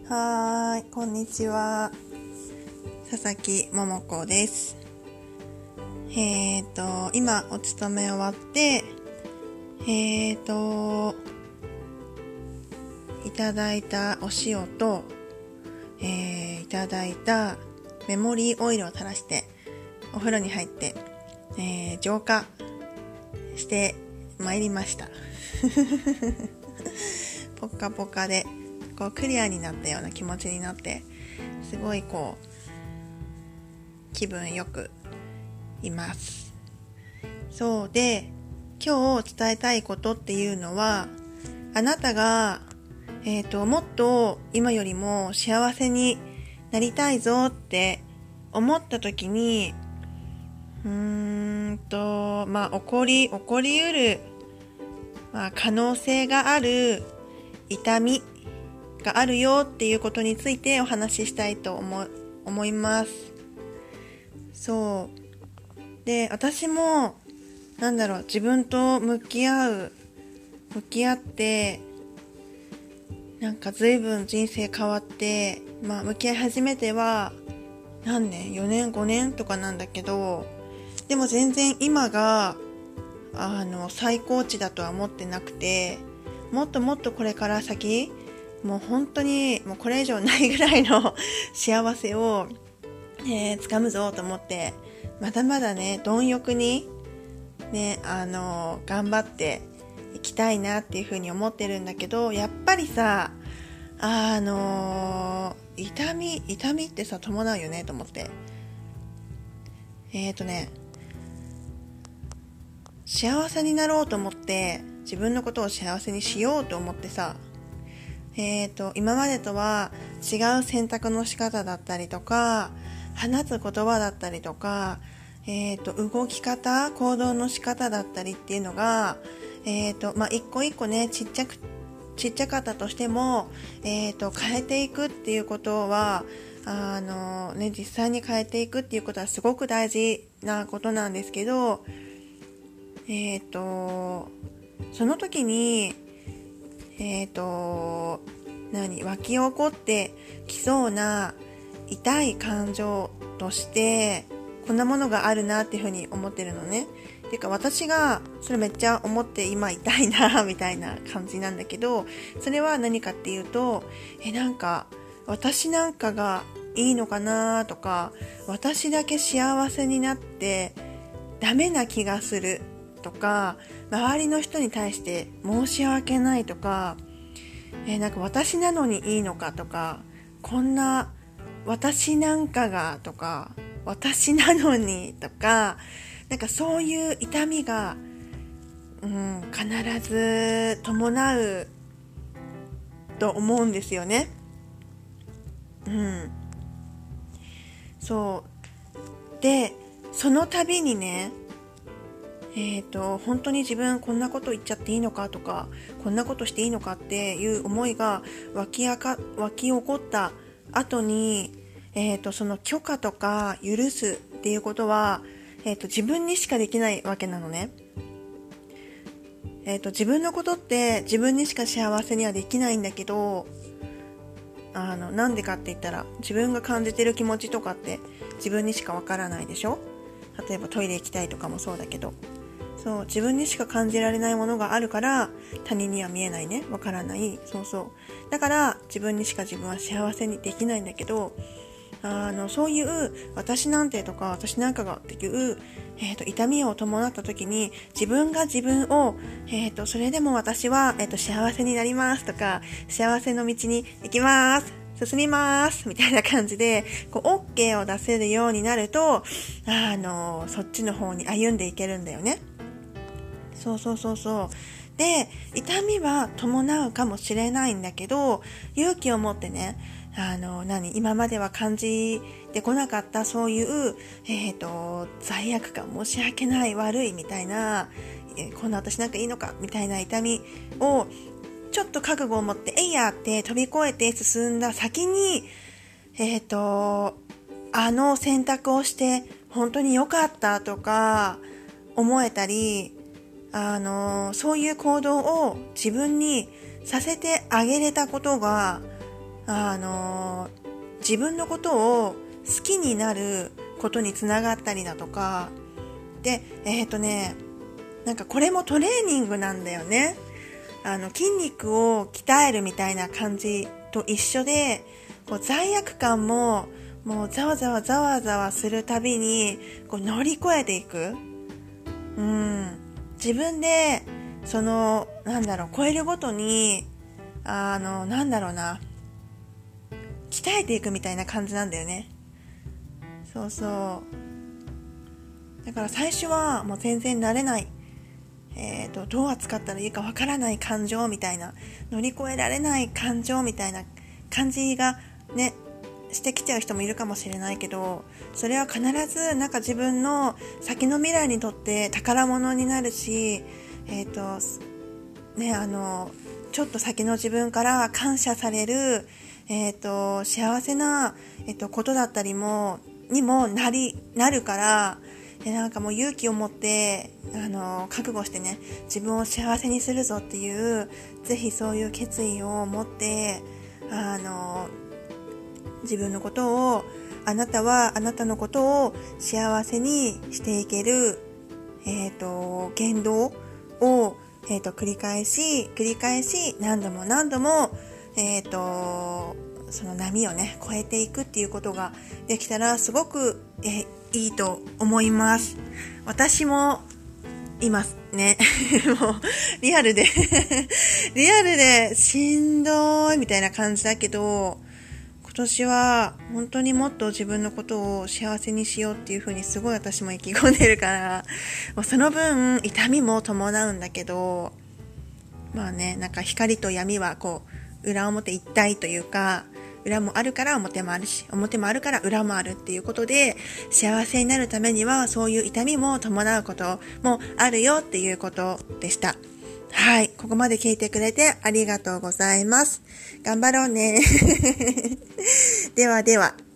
はーい、こんにちは。佐々木桃子です。今お勤め終わって、いただいたお塩と、いただいたメモリーオイルを垂らしてお風呂に入って、浄化してまいりましたポカポカでこうクリアになったような気持ちになって、すごいこう気分よくいます。そうで、今日伝えたいことっていうのは、あなたがもっと今よりも幸せになりたいぞって思った時に、起こりうる、可能性がある痛みがあるよっていうことについてお話ししたいと思います。そうで、私も自分と向き合って随分人生変わって、向き合い始めては何年4年5年とかなんだけど、でも全然今が最高値だとは思ってなくて、もっともっとこれから先、もう本当にもうこれ以上ないぐらいの幸せを、掴むぞと思って、まだまだね、貪欲にね、頑張っていきたいなっていうふうに思ってるんだけど、やっぱりさ、痛みってさ伴うよねと思って、幸せになろうと思って、自分のことを幸せにしようと思ってさ、今までとは違う選択の仕方だったりとか、話す言葉だったりとか、動き方、行動の仕方だったりっていうのが、一個一個ね、ちっちゃかったとしても、変えていくっていうことは、実際に変えていくっていうことはすごく大事なことなんですけど、その時に、湧き起こってきそうな痛い感情として、こんなものがあるなっていうふうに思ってるのね。ていうか、私がそれめっちゃ思って今痛いなみたいな感じなんだけど、それは何かっていうと、私なんかがいいのかなとか、私だけ幸せになってダメな気がするとか、周りの人に対して申し訳ないとか、私なのにいいのかとか、こんな私なんかがとか、私なのにとか、そういう痛みが、必ず伴うと思うんですよね。そうで、その度にね、本当に自分こんなこと言っちゃっていいのかとか、こんなことしていいのかっていう思いが湧き起こった後に、その許可とか許すっていうことは、自分にしかできないわけなのね。自分のことって自分にしか幸せにはできないんだけど、なんでかって言ったら、自分が感じてる気持ちとかって自分にしかわからないでしょ。例えばトイレ行きたいとかもそうだけど、そう、自分にしか感じられないものがあるから他人には見えないね、わからない。そうだから自分にしか自分は幸せにできないんだけど、そういう私なんてとか私なんかがっていう、痛みを伴った時に、自分が自分を、それでも私は、幸せになりますとか、幸せの道に行きます進みますみたいな感じでこう OK を出せるようになると、そっちの方に歩んでいけるんだよね。そうで、痛みは伴うかもしれないんだけど、勇気を持ってね、今までは感じてこなかったそういう、罪悪感、申し訳ない、悪いみたいな、こんな私なんかいいのかみたいな痛みをちょっと覚悟を持ってって飛び越えて進んだ先に、選択をして本当に良かったとか思えたり、そういう行動を自分にさせてあげれたことが、 自分のことを好きになることにつながったりだとかで、なんかこれもトレーニングなんだよね。筋肉を鍛えるみたいな感じと一緒で、こう罪悪感ももうざわざわするたびにこう乗り越えていく。自分で超えるごとに鍛えていくみたいな感じなんだよね。そうそう。だから最初はもう全然慣れない。どう扱ったらいいかわからない感情みたいな、乗り越えられない感情みたいな感じがね、してきちゃう人もいるかもしれないけど、それは必ずなんか自分の先の未来にとって宝物になるし、ちょっと先の自分から感謝される、幸せな、ことだったりにもなるから、なんかもう勇気を持って覚悟してね、自分を幸せにするぞっていう、ぜひそういう決意を持って自分のことを、あなたはあなたのことを幸せにしていける言動を繰り返し何度もその波をね越えていくっていうことができたらすごくいいと思います。私も今ねもうリアルでしんどいみたいな感じだけど、今年は本当にもっと自分のことを幸せにしようっていう風にすごい私も意気込んでるから、もうその分痛みも伴うんだけど、まあね、なんか光と闇はこう裏表一体というか、裏もあるから表もあるし、表もあるから裏もあるっていうことで、幸せになるためにはそういう痛みも伴うこともあるよっていうことでした。はい、ここまで聞いてくれてありがとうございます。頑張ろうね。ではでは。